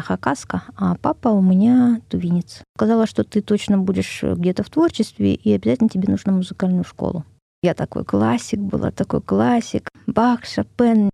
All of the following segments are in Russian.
хакаска, а папа у меня тувинец. Сказала, что ты точно будешь где-то в творчестве, и обязательно тебе нужно музыкальную школу. Я такой классик была, такой классик. Бах, Шопен.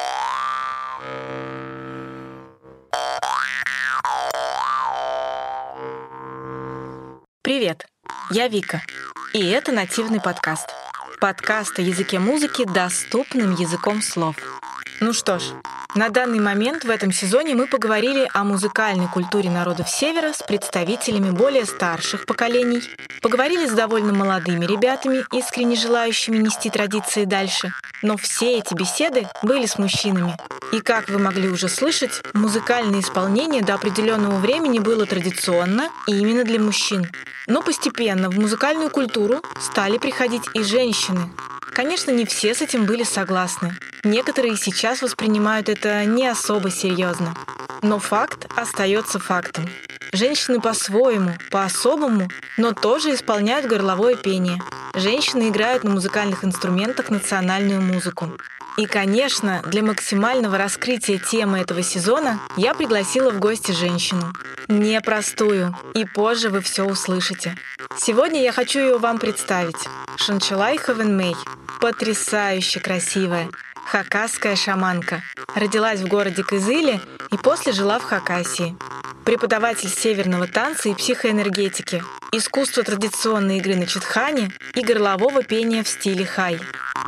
Привет, я Вика, и это нативный подкаст. Подкаст о языке музыки доступным языком слов. Ну что ж, на данный момент в этом сезоне мы поговорили о музыкальной культуре народов Севера с представителями более старших поколений, поговорили с довольно молодыми ребятами, искренне желающими нести традиции дальше. Но все эти беседы были с мужчинами. И, как вы могли уже слышать, музыкальное исполнение до определенного времени было традиционно и именно для мужчин. Но постепенно в музыкальную культуру стали приходить и женщины. Конечно, не все с этим были согласны. Некоторые сейчас воспринимают это не особо серьезно. Но факт остается фактом. Женщины по-своему, по-особому, но тоже исполняют горловое пение. Женщины играют на музыкальных инструментах национальную музыку. И, конечно, для максимального раскрытия темы этого сезона я пригласила в гости женщину. Непростую. И позже вы все услышите. Сегодня я хочу ее вам представить. Шанчалай Ховенмей. Потрясающе красивая. Хакасская шаманка. Родилась в городе Кызыле и после жила в Хакасии. Преподаватель северного танца и психоэнергетики, искусства традиционной игры на читхане и горлового пения в стиле хай.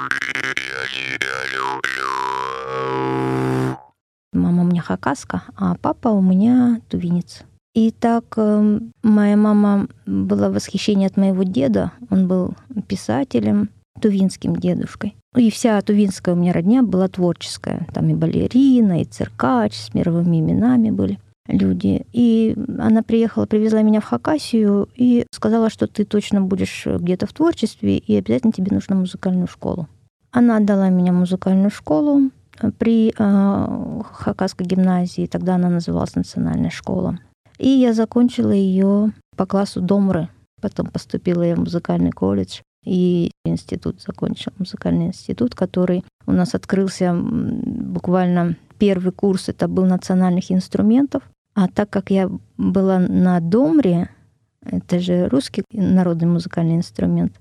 Мама у меня хакаска, а папа у меня тувинец. И так моя мама была в восхищении от моего деда. Он был писателем, тувинским дедушкой. И вся тувинская у меня родня была творческая. Там и балерина, и циркач, с мировыми именами были люди. И она приехала, привезла меня в Хакасию и сказала, что ты точно будешь где-то в творчестве, и обязательно тебе нужна музыкальную школу. Она отдала меня в музыкальную школу при Хакасской гимназии, тогда она называлась национальная школа. И я закончила ее по классу домры. Потом поступила я в музыкальный колледж и институт закончила, музыкальный институт, который у нас открылся буквально первый курс, это был национальных инструментов. А так как я была на домре, это же русский народный музыкальный инструмент,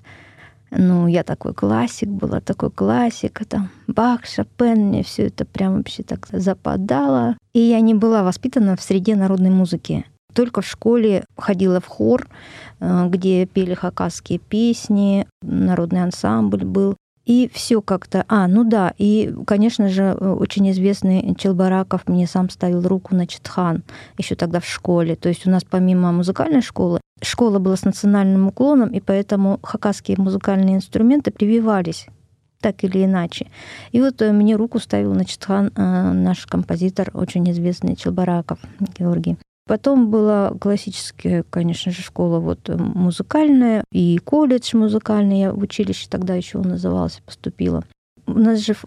я такой классик была, такой классик, это Бах, Шопен, мне все это прям вообще так западало. И я не была воспитана в среде народной музыки. Только в школе ходила в хор, где пели хакасские песни, народный ансамбль был. И все как-то... И, конечно же, очень известный Челбараков мне сам ставил руку на читхан еще тогда в школе. То есть у нас помимо музыкальной школы, школа была с национальным уклоном, и поэтому хакасские музыкальные инструменты прививались так или иначе. И вот мне руку ставил на читхан наш композитор, очень известный Челбараков Георгий. Потом была классическая, конечно же, школа музыкальная и колледж музыкальный. Я в училище тогда еще он назывался, поступила. У нас же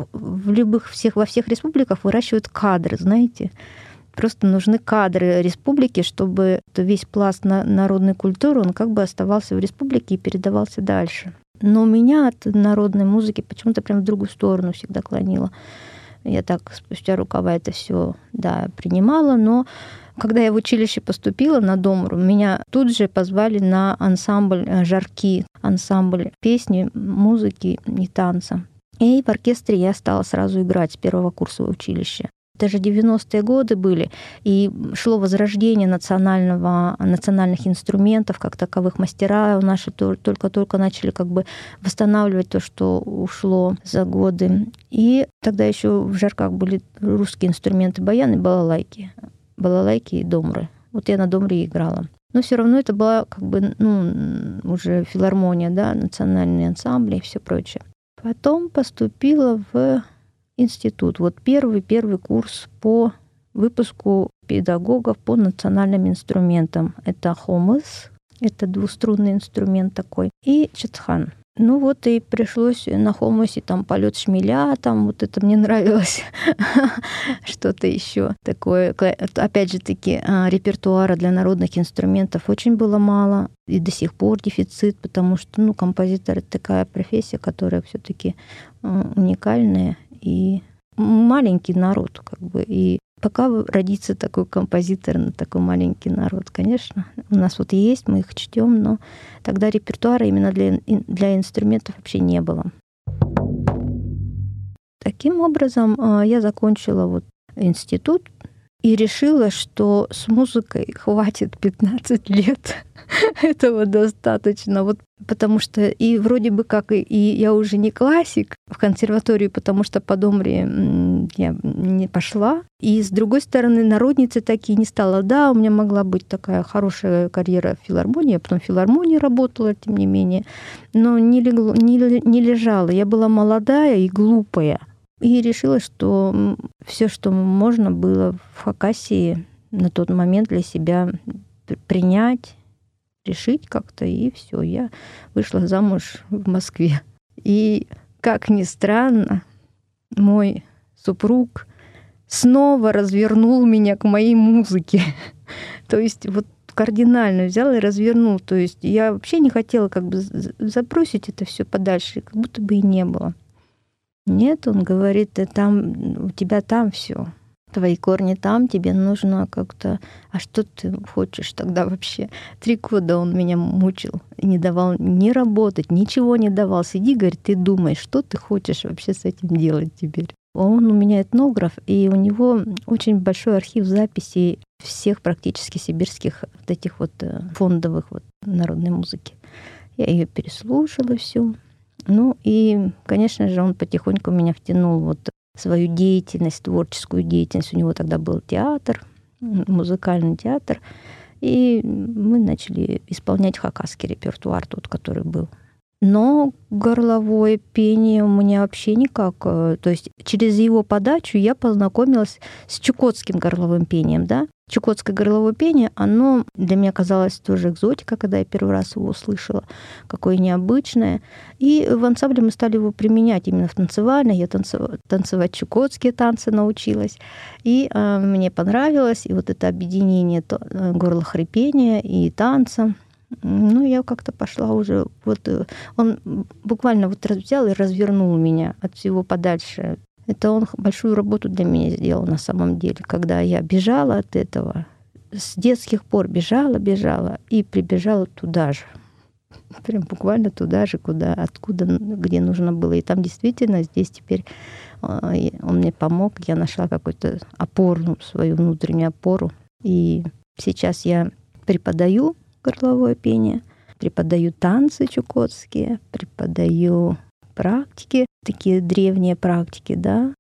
во всех республиках выращивают кадры, знаете. Просто нужны кадры республики, чтобы весь пласт народной культуры, он как бы оставался в республике и передавался дальше. Но меня от народной музыки почему-то прям в другую сторону всегда клонило. Я так спустя рукава это все принимала, но когда я в училище поступила на домру, меня тут же позвали на ансамбль «Жарки», ансамбль песни, музыки и танца. И в оркестре я стала сразу играть с первого курса училища. Это же 90-е годы были, и шло возрождение национальных инструментов, как таковых. Мастера наши только-только начали как бы восстанавливать то, что ушло за годы. И тогда еще в «Жарках» были русские инструменты баян и балалайки и домры. Вот я на домре играла. Но все равно это была как бы уже филармония, национальные ансамбли и все прочее. Потом поступила в институт. Первый курс по выпуску педагогов по национальным инструментам. Это хомыс, это двуструнный инструмент такой, и читхан. И пришлось на хомусе там полет шмеля, там это мне нравилось. Что-то еще такое. Опять же таки, репертуара для народных инструментов очень было мало. И до сих пор дефицит, потому что композитор — это такая профессия, которая все-таки уникальная. И маленький народ, как бы. И пока родится такой композитор на такой маленький народ, конечно. У нас вот есть, мы их чтем, но тогда репертуара именно для инструментов вообще не было. Таким образом, я закончила вот институт и решила, что с музыкой хватит 15 лет. Этого достаточно. Вот потому что и вроде бы как и я уже не классик в консерваторию, потому что по Домре я не пошла. И с другой стороны, народницей так и не стала. Да, у меня могла быть такая хорошая карьера в филармонии, я потом в филармонии работала, тем не менее, но не лежала. Я была молодая и глупая. И решила, что все, что можно было в Хакасии на тот момент для себя принять, решить как-то, и все. Я вышла замуж в Москве. И, как ни странно, мой супруг снова развернул меня к моей музыке. То есть вот кардинально взял и развернул. То есть я вообще не хотела как бы забросить это все подальше, как будто бы и не было. Нет, он говорит, там, у тебя там все, твои корни там, тебе нужно как-то... А что ты хочешь тогда вообще? 3 года он меня мучил, не давал ни работать, ничего не давал. Сиди, говорит, ты думай, что ты хочешь вообще с этим делать теперь? Он у меня этнограф, и у него очень большой архив записей всех практически сибирских вот этих вот фондовых вот народной музыки. Я ее переслушала всю. Ну и, конечно же, он потихоньку меня втянул вот в свою деятельность, творческую деятельность. У него тогда был театр, музыкальный театр. И мы начали исполнять хакасский репертуар, тот, который был. Но горловое пение у меня вообще никак. То есть через его подачу я познакомилась с чукотским горловым пением, да. Чукотское горловое пение, оно для меня казалось тоже экзотика, когда я первый раз его услышала, какое необычное. И в ансамбле мы стали его применять именно в танцевальной. Я танцевать чукотские танцы научилась. И мне понравилось. И вот это объединение горлохрипения и танца. Ну, я как-то пошла уже... Вот он буквально вот взял и развернул меня от всего подальше. Это он большую работу для меня сделал на самом деле, когда я бежала от этого. С детских пор бежала и прибежала туда же. Прям буквально туда же, где нужно было. И там действительно здесь теперь он мне помог. Я нашла какую-то опору, свою внутреннюю опору. И сейчас я преподаю горловое пение, преподаю танцы чукотские, преподаю практики, такие древние практики, да.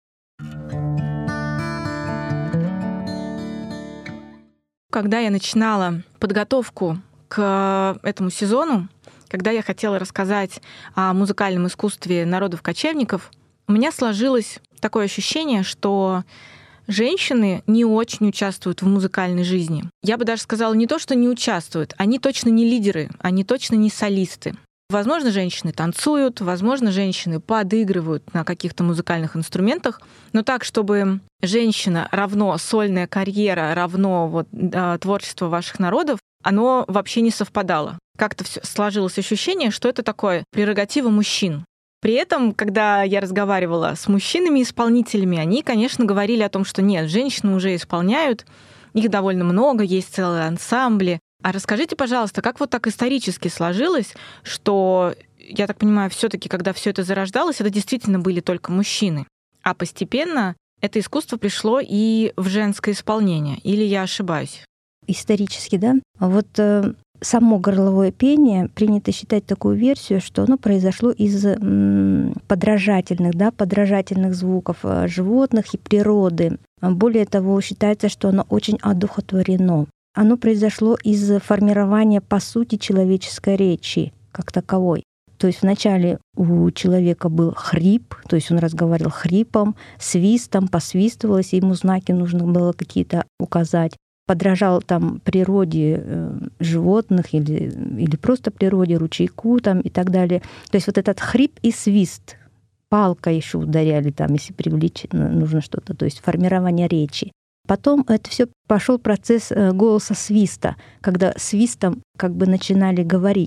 Когда я начинала подготовку к этому сезону, когда я хотела рассказать о музыкальном искусстве народов-кочевников, у меня сложилось такое ощущение, что женщины не очень участвуют в музыкальной жизни. Я бы даже сказала не то, что не участвуют, они точно не лидеры, они точно не солисты. Возможно, женщины танцуют, возможно, женщины подыгрывают на каких-то музыкальных инструментах, но так, чтобы женщина равно сольная карьера, равно вот, творчество ваших народов, оно вообще не совпадало. Как-то сложилось ощущение, что это такое прерогатива мужчин. При этом, когда я разговаривала с мужчинами-исполнителями, они, конечно, говорили о том, что нет, женщины уже исполняют, их довольно много, есть целые ансамбли. А расскажите, пожалуйста, как вот так исторически сложилось, что, я так понимаю, все-таки, когда все это зарождалось, это действительно были только мужчины, а постепенно это искусство пришло и в женское исполнение, или я ошибаюсь? Исторически, да? Вот само горловое пение принято считать такую версию, что оно произошло из подражательных звуков животных и природы. Более того, считается, что оно очень одухотворено. Оно произошло из формирования, по сути, человеческой речи как таковой. То есть вначале у человека был хрип, то есть он разговаривал хрипом, свистом, посвистывалось, ему знаки нужно было какие-то указать. Подражал там природе животных или просто природе, ручейку там и так далее. То есть вот этот хрип и свист, палкой еще ударяли там, если привлечь нужно что-то, то есть формирование речи. Потом это все пошел процесс голоса свиста, когда свистом как бы начинали говорить.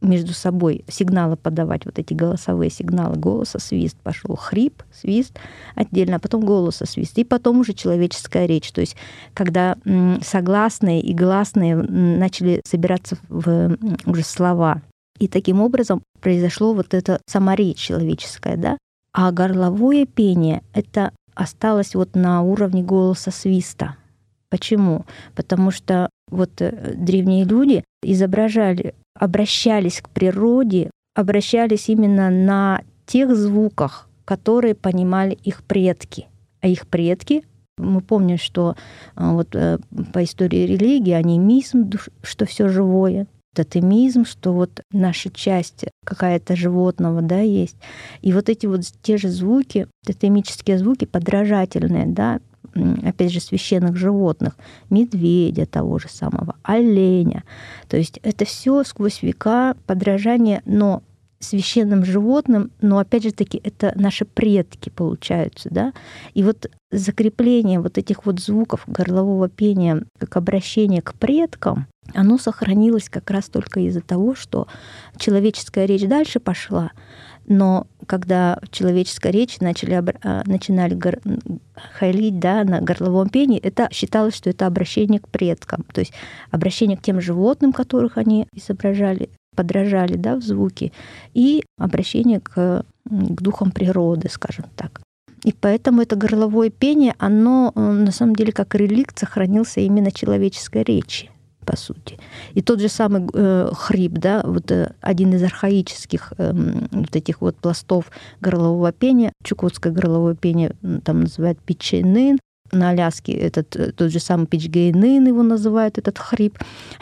между собой сигналы подавать, вот эти голосовые сигналы, голоса, свист, пошел хрип, свист отдельно, а потом голоса, свист, и потом уже человеческая речь. То есть когда согласные и гласные начали собираться в уже слова. И таким образом произошло вот это сама речь человеческая, да? А горловое пение — это осталось вот на уровне голоса, свиста. Почему? Потому что вот древние люди изображали, обращались к природе, обращались именно на тех звуках, которые понимали их предки. А их предки, мы помним, что вот по истории религии, анимизм, что все живое, тотемизм, что вот наша часть какая-то животного, да, есть. И вот эти вот те же звуки, тотемические звуки, подражательные, да, опять же, священных животных, медведя того же самого, оленя. То есть это все сквозь века подражание, но священным животным, но опять же таки это наши предки получаются, да. И вот закрепление вот этих вот звуков горлового пения как обращение к предкам, оно сохранилось как раз только из-за того, что человеческая речь дальше пошла, но когда человеческая речь начинали хайлить, да, на горловом пении, это считалось, что это обращение к предкам, то есть обращение к тем животным, которых они изображали, подражали, да, в звуке, и обращение к духам природы, скажем так. И поэтому это горловое пение, оно на самом деле как реликт сохранился именно человеческой речи, по сути. И тот же самый хрип, да, вот один из архаических вот этих вот пластов горлового пения, чукотское горловое пение там называют пичейнын, на Аляске этот тот же самый пичгейнын его называют, этот хрип.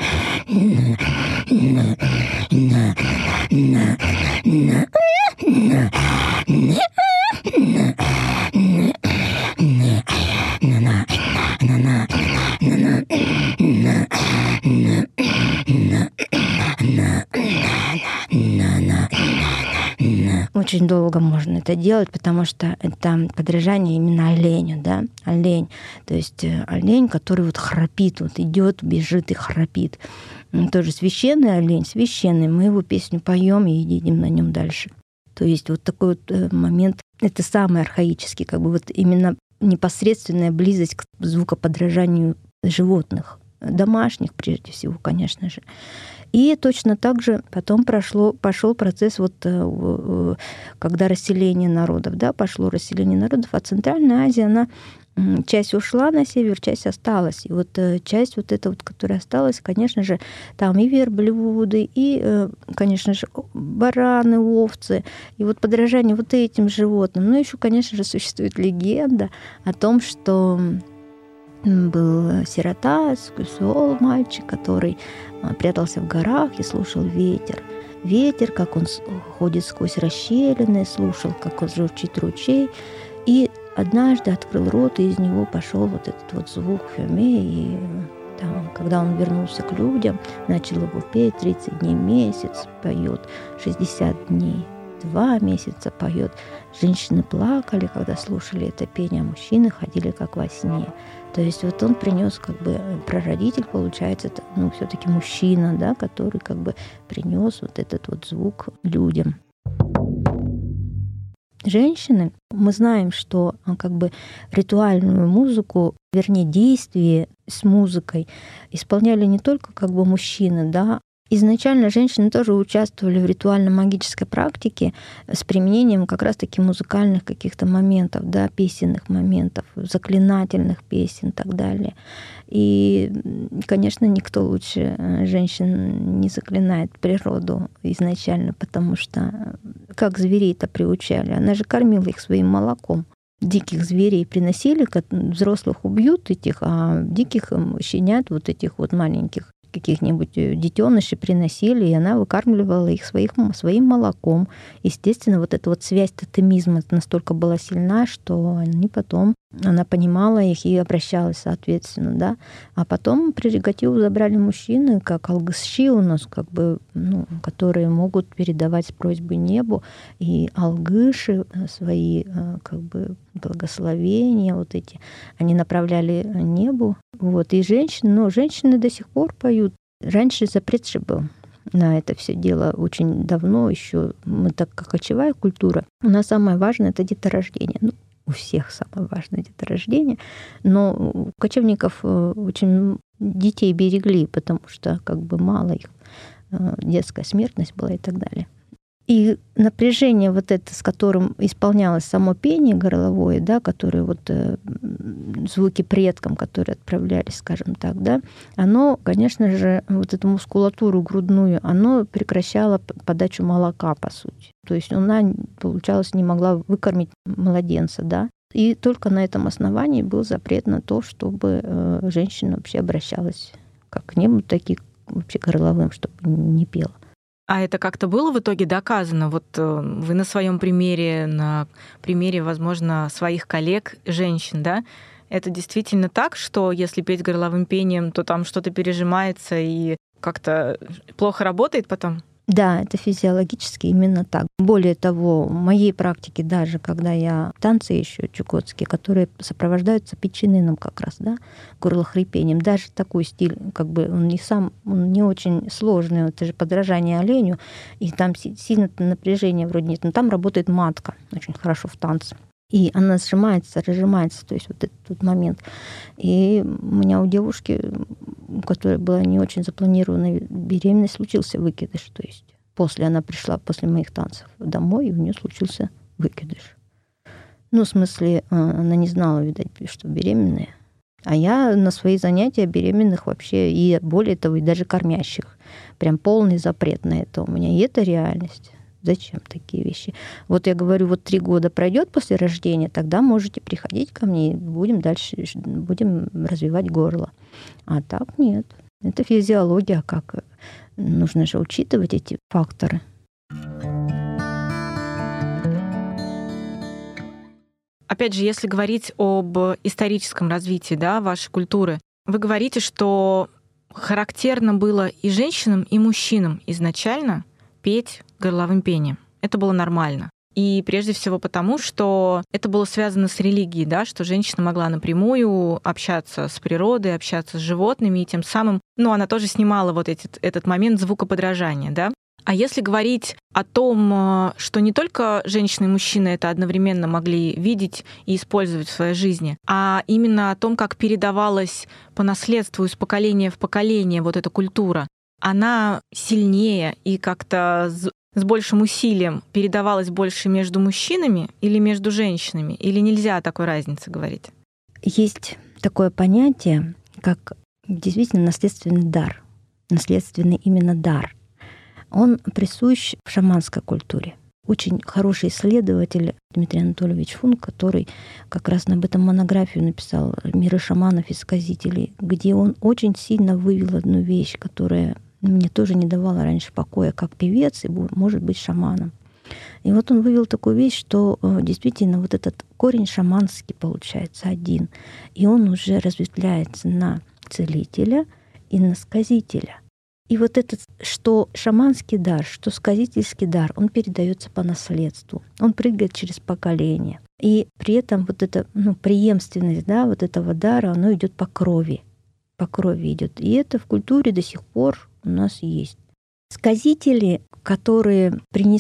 Очень долго можно это делать, потому что это подражание именно оленю, да, олень. То есть олень, который вот храпит, вот идет, бежит и храпит. Тоже священный олень, священный. Мы его песню поем и едем на нем дальше. То есть вот такой вот момент, это самый архаический, как бы вот именно непосредственная близость к звукоподражанию животных, домашних прежде всего, конечно же. И точно так же потом пошел процесс, вот, когда расселение народов, да, пошло расселение народов, а Центральная Азия, она часть ушла на север, часть осталась. И вот часть вот эта вот, которая осталась, конечно же, там и верблюды, и, конечно же, бараны, овцы, и вот подражание вот этим животным. Ну, еще, конечно же, существует легенда о том, что был сирота, скусол, мальчик, который прятался в горах и слушал ветер. Ветер, как он ходит сквозь расщелины, слушал, как он журчит ручей. И однажды открыл рот, и из него пошел вот этот вот звук фюме. И там, когда он вернулся к людям, начал его петь, 30 дней, месяц поет, 60 дней, 2 месяца поет. Женщины плакали, когда слушали это пение, а мужчины ходили как во сне. То есть вот он принес, как бы, прародитель, получается, это, ну, все-таки мужчина, да, который как бы принес вот этот вот звук людям. Женщины, мы знаем, что как бы ритуальную музыку, вернее, действие с музыкой исполняли не только как бы мужчины, да. Изначально женщины тоже участвовали в ритуально-магической практике с применением как раз-таки музыкальных каких-то моментов, да, песенных моментов, заклинательных песен и так далее. И, конечно, никто лучше женщин не заклинает природу изначально, потому что как зверей-то приучали? Она же кормила их своим молоком. Диких зверей приносили, взрослых убьют этих, а диких щенят, вот этих вот маленьких, каких-нибудь детенышей приносили, и она выкармливала их своим молоком. Естественно, вот эта вот связь тотемизма настолько была сильна, что они потом, она понимала их и обращалась соответственно, да. А потом прерогативу забрали мужчины, как алгысщи у нас, как бы, ну, которые могут передавать просьбы небу, и алгыши свои, как бы, благословения вот эти, они направляли небу. Вот. И женщины до сих пор поют. Раньше запрет же был. на это все дело очень давно еще. Мы так как кочевая культура. У нас самое важное — это деторождение. Ну, у всех самое важное — деторождение. Но у кочевников очень детей берегли, потому что как бы мало их, детская смертность была и так далее. И напряжение вот это, с которым исполнялось само пение горловое, да, которые вот звуки предкам, которые отправлялись, скажем так, да, оно, конечно же, вот эту мускулатуру грудную, оно прекращало подачу молока, по сути. То есть она, получалось, не могла выкормить младенца, да. И только на этом основании был запрет на то, чтобы женщина вообще обращалась как к небу, так и вообще горловым, чтобы не пела. А это как-то было в итоге доказано? Вот вы на своем примере, на примере, возможно, своих коллег, женщин, да? Это действительно так, что если петь горловым пением, то там что-то пережимается и как-то плохо работает потом? Да, это физиологически именно так. Более того, в моей практике даже, когда я танцы еще чукотские, которые сопровождаются печеныном как раз, да, горлохрипением, даже такой стиль, как бы он не очень сложный, это же подражание оленю, и там сильно напряжение вроде нет, но там работает матка очень хорошо в танце. И она сжимается, разжимается, то есть вот этот момент. И у меня у девушки, у которой была не очень запланированная беременность, случился выкидыш. То есть она пришла после моих танцев домой, и у нее случился выкидыш. Ну, в смысле, она не знала, видать, что беременная. А я на свои занятия беременных вообще, и более того, и даже кормящих. Прям полный запрет на это у меня. И это реальность. Зачем такие вещи? Вот я говорю, вот 3 года пройдет после рождения, тогда можете приходить ко мне, и будем развивать горло. А так нет. Это физиология, как нужно же учитывать эти факторы. Опять же, если говорить об историческом развитии, да, вашей культуры, вы говорите, что характерно было и женщинам, и мужчинам изначально петь горловым пением. Это было нормально. И прежде всего потому, что это было связано с религией, да, что женщина могла напрямую общаться с природой, общаться с животными, и тем самым, она тоже снимала вот этот момент звукоподражания, да. А если говорить о том, что не только женщины и мужчины это одновременно могли видеть и использовать в своей жизни, а именно о том, как передавалась по наследству из поколения в поколение вот эта культура, она сильнее и как-то с большим усилием передавалась больше между мужчинами или между женщинами? Или нельзя о такой разнице говорить? Есть такое понятие, как действительно наследственный дар. Наследственный именно дар. Он присущ в шаманской культуре. Очень хороший исследователь Дмитрий Анатольевич Функ, который как раз об этом монографию написал «Миры шаманов и сказителей», где он очень сильно вывел одну вещь, которая мне тоже не давала раньше покоя, как певец и может быть шаманом. И вот он вывел такую вещь, что действительно вот этот корень шаманский получается один, и он уже разветвляется на целителя и на сказителя. И вот этот, что шаманский дар, что сказительский дар, он передается по наследству, он прыгает через поколение. И при этом вот эта преемственность, да, вот этого дара, оно идет по крови идет. И это в культуре до сих пор у нас есть. Сказители, которые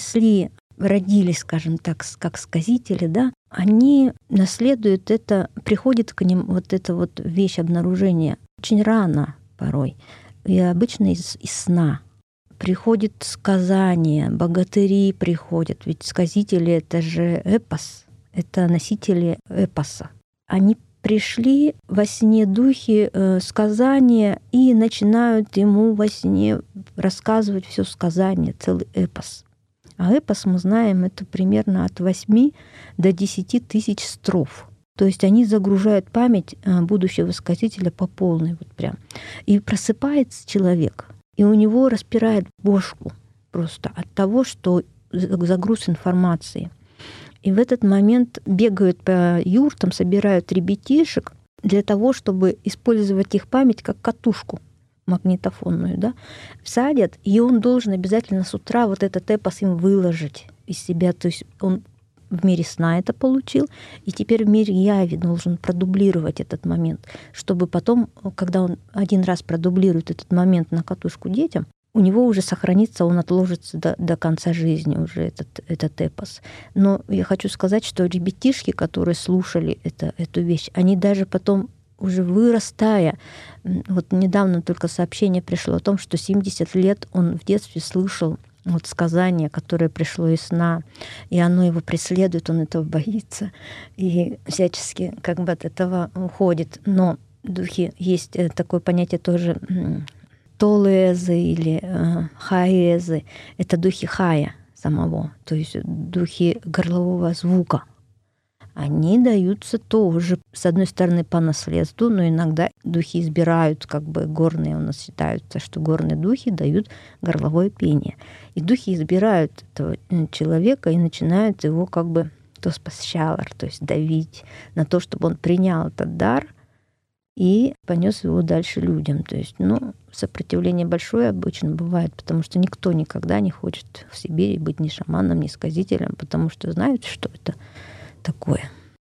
родились, скажем так, как сказители, да, они наследуют это, приходит к ним вот эта вот вещь обнаружения очень рано порой. И обычно из сна. Приходит сказание, богатыри приходят. Ведь сказители — это же эпос, это носители эпоса. Они пришли во сне духи сказания и начинают ему во сне рассказывать все сказание, целый эпос. А эпос, мы знаем, это примерно от 8 до 10 тысяч строф. То есть они загружают память будущего сказителя по полной. Вот прям. И просыпается человек, и у него распирает бошку просто от того, что загруз информации. И в этот момент бегают по юртам, собирают ребятишек для того, чтобы использовать их память как катушку магнитофонную, да, садят, и он должен обязательно с утра вот этот эпос им выложить из себя. То есть он в мире сна это получил, и теперь в мире яви должен продублировать этот момент, чтобы потом, когда он один раз продублирует этот момент на катушку детям, у него уже сохранится, он отложится до конца жизни уже этот эпос. Но я хочу сказать, что ребятишки, которые слушали эту вещь, они даже потом, уже вырастая, вот недавно только сообщение пришло о том, что 70 лет он в детстве слышал вот сказание, которое пришло из сна, и оно его преследует, он этого боится, и всячески как бы от этого уходит. Но духи, есть такое понятие тоже толезы или хаезы. Это духи хая самого, то есть духи горлового звука. Они даются тоже, с одной стороны, по наследству, но иногда духи избирают, как бы горные у нас считаются, что горные духи дают горловое пение. И духи избирают этого человека и начинают его как бы тоспасчалар, то есть давить на то, чтобы он принял этот дар и понес его дальше людям. То есть, сопротивление большое обычно бывает, потому что никто никогда не хочет в Сибири быть ни шаманом, ни сказителем, потому что знают, что это такое.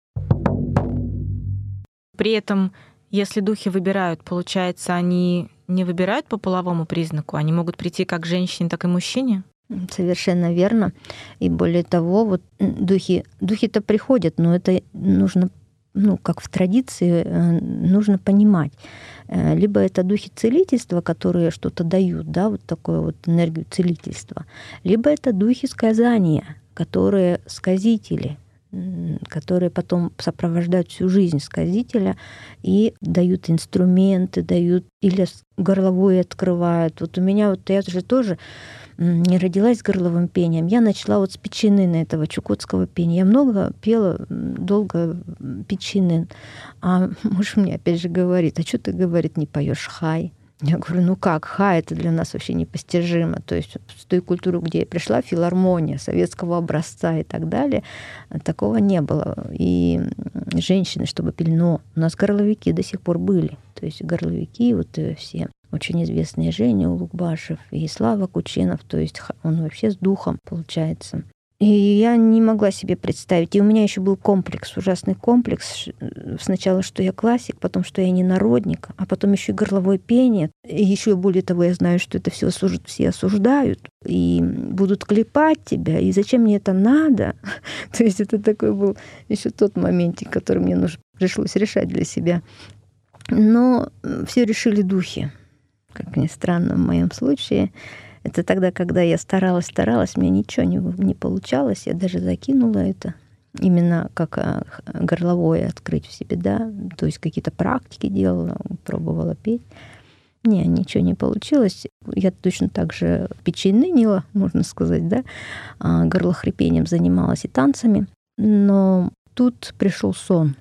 При этом, если духи выбирают, получается, они не выбирают по половому признаку, они могут прийти как к женщине, так и мужчине? Совершенно верно. И более того, вот духи-то приходят, но это нужно, как в традиции, нужно понимать. Либо это духи целительства, которые что-то дают, да, вот такую вот энергию целительства, либо это духи сказания, которые сказители, которые потом сопровождают всю жизнь сказителя и дают инструменты, дают или горловое открывают. Вот у меня я же тоже не родилась с горловым пением. Я начала с печенына, этого чукотского пения. Я много пела, долго печенын. А муж мне опять же говорит: а что ты, говорит, не поешь хай? Я говорю, как, хай, это для нас вообще непостижимо. То есть с той культуры, где я пришла, филармония советского образца и так далее, такого не было. И женщины, чтобы пели, но у нас горловики до сих пор были. То есть горловики, все очень известные Женя Улугбашев и Слава Кученов, то есть он вообще с духом, получается. И я не могла себе представить. И у меня еще был комплекс, ужасный комплекс. Сначала, что я классик, потом, что я не народник, а потом еще и горловое пение. И еще более того, я знаю, что это все осуждают и будут клепать тебя. И зачем мне это надо? То есть это такой был еще тот моментик, который мне пришлось решать для себя. Но все решили духи, как ни странно в моем случае. Это тогда, когда я старалась, мне ничего не получалось. Я даже закинула это именно как горловое открыть в себе, да. То есть какие-то практики делала, пробовала петь. Ничего не получилось. Я точно так же печенынила, можно сказать, да. Горлохрипением занималась и танцами. Но тут пришел сон.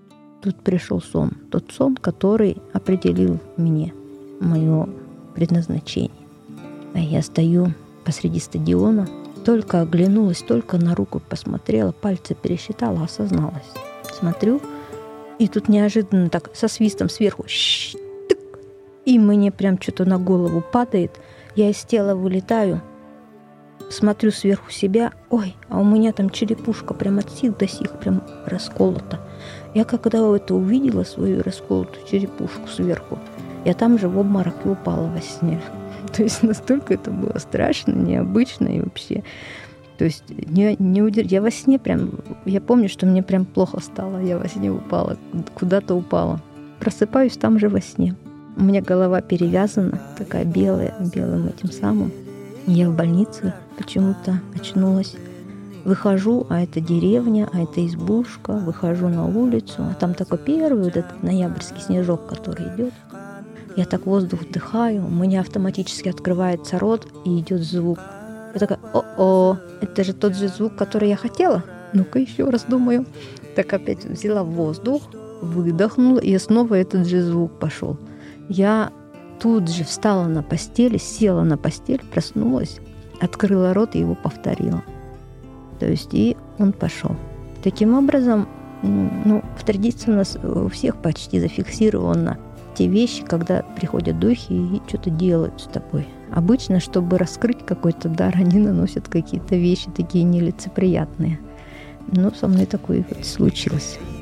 Тот сон, который определил мне мое предназначение. А я стою посреди стадиона, только оглянулась, только на руку посмотрела, пальцы пересчитала, осозналась. Смотрю, и тут неожиданно так со свистом сверху тык, и мне прям что-то на голову падает. Я из тела вылетаю, смотрю сверху себя, а у меня там черепушка прям от сих до сих прям расколота. Я когда это увидела, свою расколотую черепушку сверху, я там же в обморок и упала во сне. То есть настолько это было страшно, необычно и вообще. То есть я во сне я помню, что мне прям плохо стало. Я во сне упала, куда-то упала. Просыпаюсь там же во сне. У меня голова перевязана, такая белая, белым этим самым. Я в больнице почему-то очнулась. Выхожу, а это деревня, а это избушка. Выхожу на улицу, а там такой первый этот ноябрьский снежок, который идет. Я так воздух вдыхаю, у меня автоматически открывается рот и идет звук. Я такая, это же тот же звук, который я хотела. Ну-ка еще раз думаю. Так опять взяла воздух, выдохнула, и снова этот же звук пошел. Я тут же встала на постели, села на постель, проснулась, открыла рот и его повторила. То есть и он пошел. Таким образом, в традиции у нас у всех почти зафиксировано те вещи, когда приходят духи и что-то делают с тобой. Обычно, чтобы раскрыть какой-то дар, они наносят какие-то вещи такие нелицеприятные. Но со мной такое случилось.